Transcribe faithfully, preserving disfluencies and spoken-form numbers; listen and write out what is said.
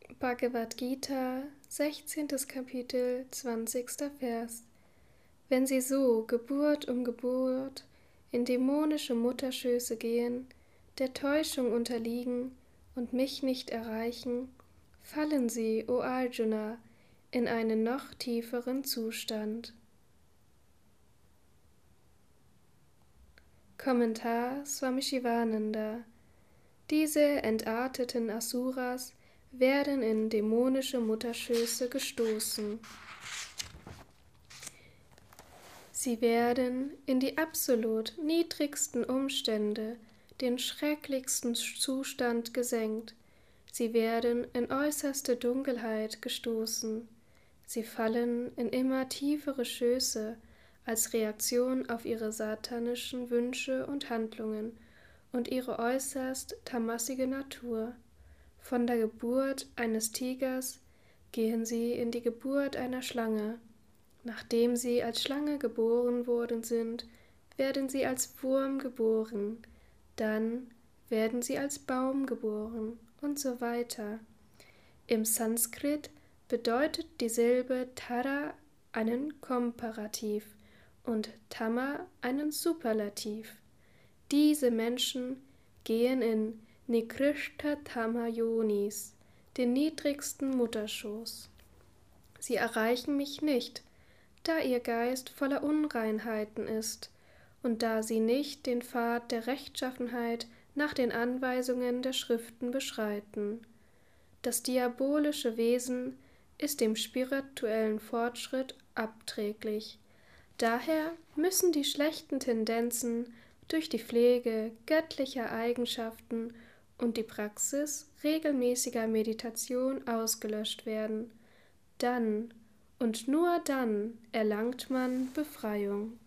Bhagavad Gita, sechzehntes Kapitel, zwanzigster Vers. Wenn sie so Geburt um Geburt in dämonische Mutterschöße gehen, der Täuschung unterliegen und mich nicht erreichen, fallen sie, o Arjuna, in einen noch tieferen Zustand. Kommentar Swami Shivananda. Diese entarteten Asuras werden in dämonische Mutterschöße gestoßen. Sie werden in die absolut niedrigsten Umstände, den schrecklichsten Zustand gesenkt. Sie werden in äußerste Dunkelheit gestoßen. Sie fallen in immer tiefere Schöße als Reaktion auf ihre satanischen Wünsche und Handlungen und ihre äußerst tamassige Natur. Von der Geburt eines Tigers gehen sie in die Geburt einer Schlange. Nachdem sie als Schlange geboren worden sind, werden sie als Wurm geboren, dann werden sie als Baum geboren und so weiter. Im Sanskrit bedeutet die Silbe Tara einen Komparativ und Tama einen Superlativ. Diese Menschen gehen in Nikrishta Tama Yonis, den niedrigsten Mutterschoß. Sie erreichen mich nicht, da ihr Geist voller Unreinheiten ist und da sie nicht den Pfad der Rechtschaffenheit nach den Anweisungen der Schriften beschreiten. Das diabolische Wesen ist dem spirituellen Fortschritt abträglich. Daher müssen die schlechten Tendenzen durch die Pflege göttlicher Eigenschaften und die Praxis regelmäßiger Meditation ausgelöscht werden. Dann und nur dann erlangt man Befreiung.